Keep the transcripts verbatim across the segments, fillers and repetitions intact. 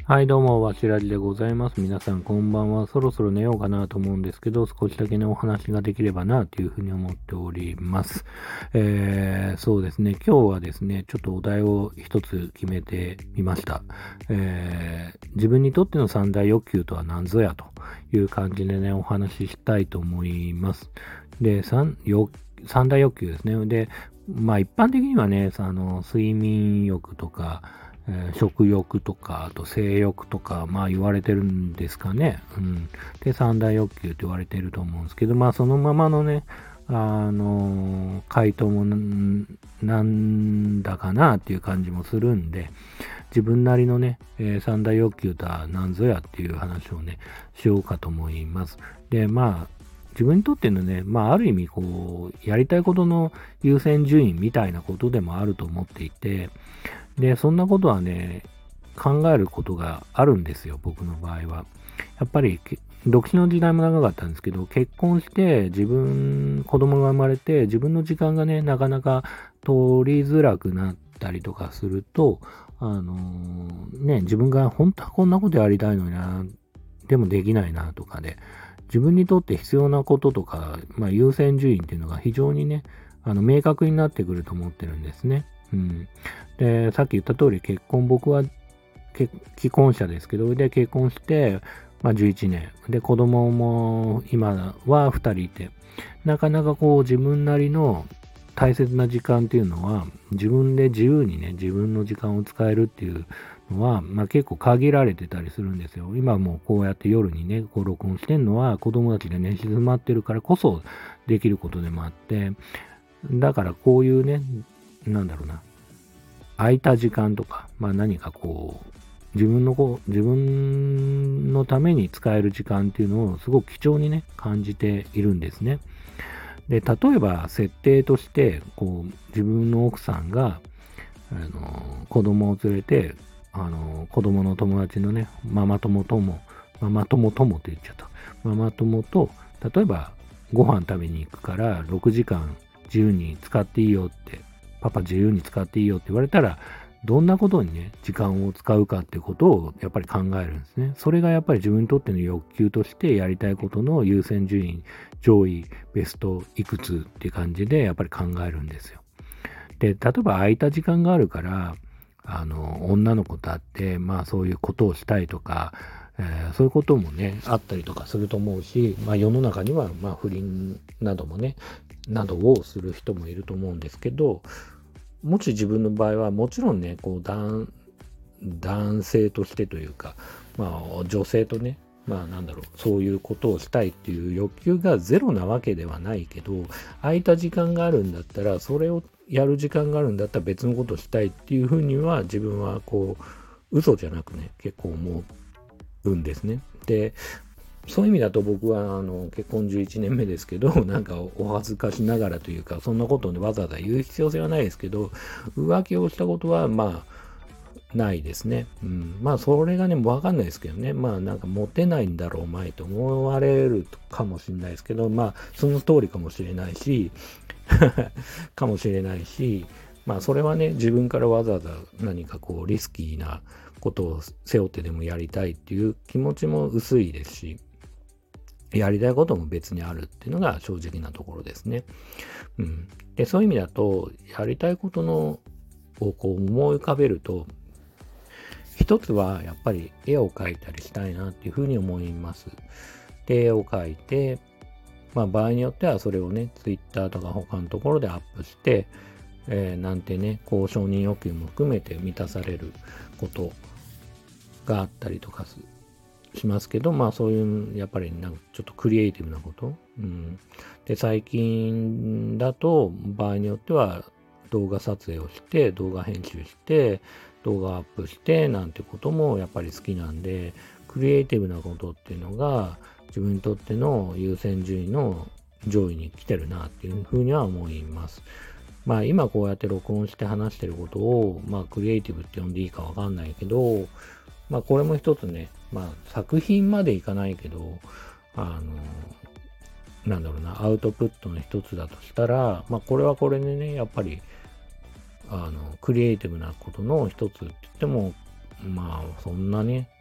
はい、どうも、わしらじでございます。皆さん、こんばんは。そろそろ寝ようかなと思うんですけど、少しだけね、お話ができればな、というふうに思っております。えー、そうですね、今日はですね、ちょっとお題を一つ決めてみました。えー、自分にとっての三大欲求とは何ぞやという感じでね、お話ししたいと思います。で、三欲三大欲求ですね。で、まあ一般的にはね、あの、睡眠欲とか、えー食欲とか、あと性欲とか、まあ言われてるんですかね。うん。で、三大欲求って言われてると思うんですけど、まあそのままのね、あのー回答もんなんだかなっていう感じもするんで、自分なりのね、えー三大欲求とは何ぞやっていう話をね、しようかと思います。で、まあ、自分にとってのね、まあ、ある意味、こう、やりたいことの優先順位みたいなことでもあると思っていて、で、そんなことはね、考えることがあるんですよ、僕の場合は。やっぱり、け独身の時代も長かったんですけど、結婚して、自分、子供が生まれて、自分の時間がね、なかなか取りづらくなったりとかすると、あのーね、自分が本当はこんなことやりたいのにな、でもできないなとかで、自分にとって必要なこととか、まあ、優先順位っていうのが非常にね、あの、明確になってくると思ってるんですね。うん。で、さっき言った通り結婚、僕は結既婚者ですけど、で、結婚して、まあ、じゅういちねん。で、子供も今はふたりいて、なかなかこう自分なりの大切な時間っていうのは、自分で自由にね、自分の時間を使えるっていうのは、まあ、結構限られてたりするんですよ。今もうこうやって夜にね、こう録音してるのは子供たちでね、静まってるからこそできることでもあって、だからこういうね、なんだろうな、空いた時間とか、まあ何かこう、自分のこう、自分のために使える時間っていうのをすごく貴重にね、感じているんですね。で、例えば設定として、こう、自分の奥さんが、あの、子供を連れて、あの、子供の友達のね、ママ友とも、ママ友ともって言っちゃった。ママ友と、例えばご飯食べに行くからろくじかん自由に使っていいよって、パパ自由に使っていいよって言われたら、どんなことにね、時間を使うかっていうことをやっぱり考えるんですね。それがやっぱり自分にとっての欲求としてやりたいことの優先順位、上位、ベストいくつっていう感じでやっぱり考えるんですよ。で、例えば空いた時間があるから、あの、女の子と会って、まあそういうことをしたいとか、えーそういうこともね、あったりとかすると思うし、まあ世の中には、まあ不倫などもね、などをする人もいると思うんですけど、もし自分の場合は、もちろんね、こう男、男性としてというか、まあ女性とね、まあなんだろう、そういうことをしたいっていう欲求がゼロなわけではないけど、空いた時間があるんだったら、それをやる時間があるんだったら別のことをしたいっていうふうには自分はこう、嘘じゃなくね、結構思うんですね。で、そういう意味だと僕はあの結婚じゅういちねんめですけど、なんかお恥ずかしながらというか、そんなことを、ね、わざわざ言う必要性はないですけど、浮気をしたことはまあないですね。うん、まあそれがね、わかんないですけどね、まあなんかモテないんだろうお前と思われるかもしれないですけど、まあその通りかもしれないし、かもしれないし、まあそれはね、自分からわざわざ何かこうリスキーなことを背負ってでもやりたいっていう気持ちも薄いですし、やりたいことも別にあるっていうのが正直なところですね。うん。で、そういう意味だと、やりたいことのをこう思い浮かべると、一つはやっぱり絵を描いたりしたいなっていうふうに思います。で、絵を描いて、まあ場合によってはそれをね、Twitter とか他のところでアップして、えーなんてね、こう承認欲求も含めて満たされることがあったりとかすしますけど、まあそういう、やっぱりなんかちょっとクリエイティブなこと。うん、で、最近だと場合によっては動画撮影をして、動画編集して、動画アップしてなんてこともやっぱり好きなんで、クリエイティブなことっていうのが自分にとっての優先順位の上位に来てるなっていうふうには思います。まあ今こうやって録音して話してることを、まあクリエイティブって呼んでいいかわかんないけど、まあこれも一つね、まあ作品までいかないけど、あの、なんだろうな、アウトプットの一つだとしたら、まあこれはこれでね、やっぱり、あの、クリエイティブなことの一つって言っても、まあそんなね、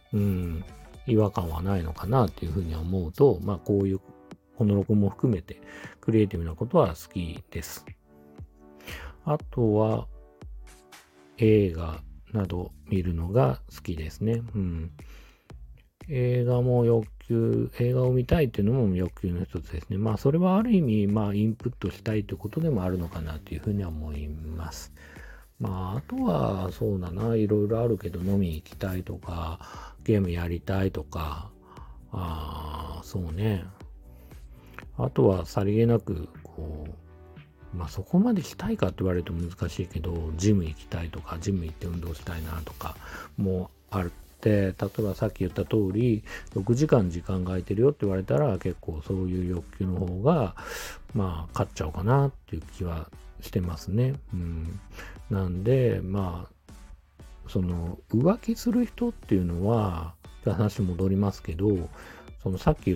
うん、違和感はないのかなっていうふうに思うと、まあこういう、この録音も含めてクリエイティブなことは好きです。あとは映画など見るのが好きですね。うん。映画も欲求、映画を見たいっていうのも欲求の一つですね。まあそれはある意味、まあインプットしたいということでもあるのかなというふうには思います。まああとはそうだな、いろいろあるけど飲み行きたいとか、ゲームやりたいとか、ああ、そうね。あとはさりげなく、こう、まあそこまでしたいかって言われると難しいけど、ジム行きたいとか、ジム行って運動したいなとか、もうあるって、例えばさっき言った通り、ろくじかん時間が空いてるよって言われたら、結構そういう欲求の方が、まあ、勝っちゃおうかなっていう気はしてますね。うん。なんで、まあ、その、浮気する人っていうのは、話戻りますけど、そのさっき言った、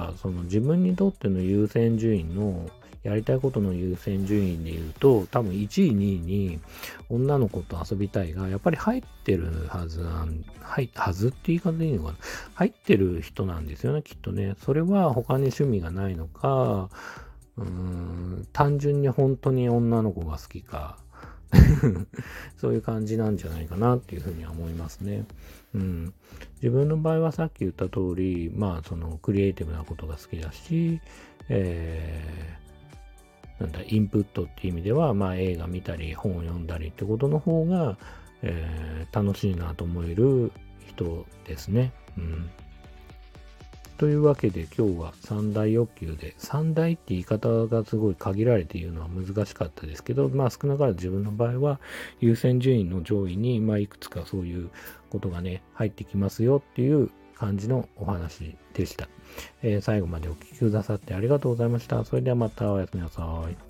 その自分にとっての優先順位の、やりたいことの優先順位で言うと、多分いちい、にいに女の子と遊びたいが、やっぱり入ってるはずなん、はいはずって言い方でいいのかな。入ってる人なんですよね、きっとね。それは他に趣味がないのか、うーん、単純に本当に女の子が好きか、そういう感じなんじゃないかなっていうふうには思いますね。うん。自分の場合はさっき言った通り、まあそのクリエイティブなことが好きだし、えー、なんだ、インプットっていう意味では、まあ映画見たり本を読んだりってことの方が、えー、楽しいなと思える人ですね。うん。というわけで今日は三大欲求で、三大って言い方がすごい限られているのは難しかったですけど、まあ少なからず自分の場合は優先順位の上位に、まあいくつかそういうことがね、入ってきますよっていう感じのお話でした。えー最後までお聞きくださってありがとうございました。それではまたおやすみなさい。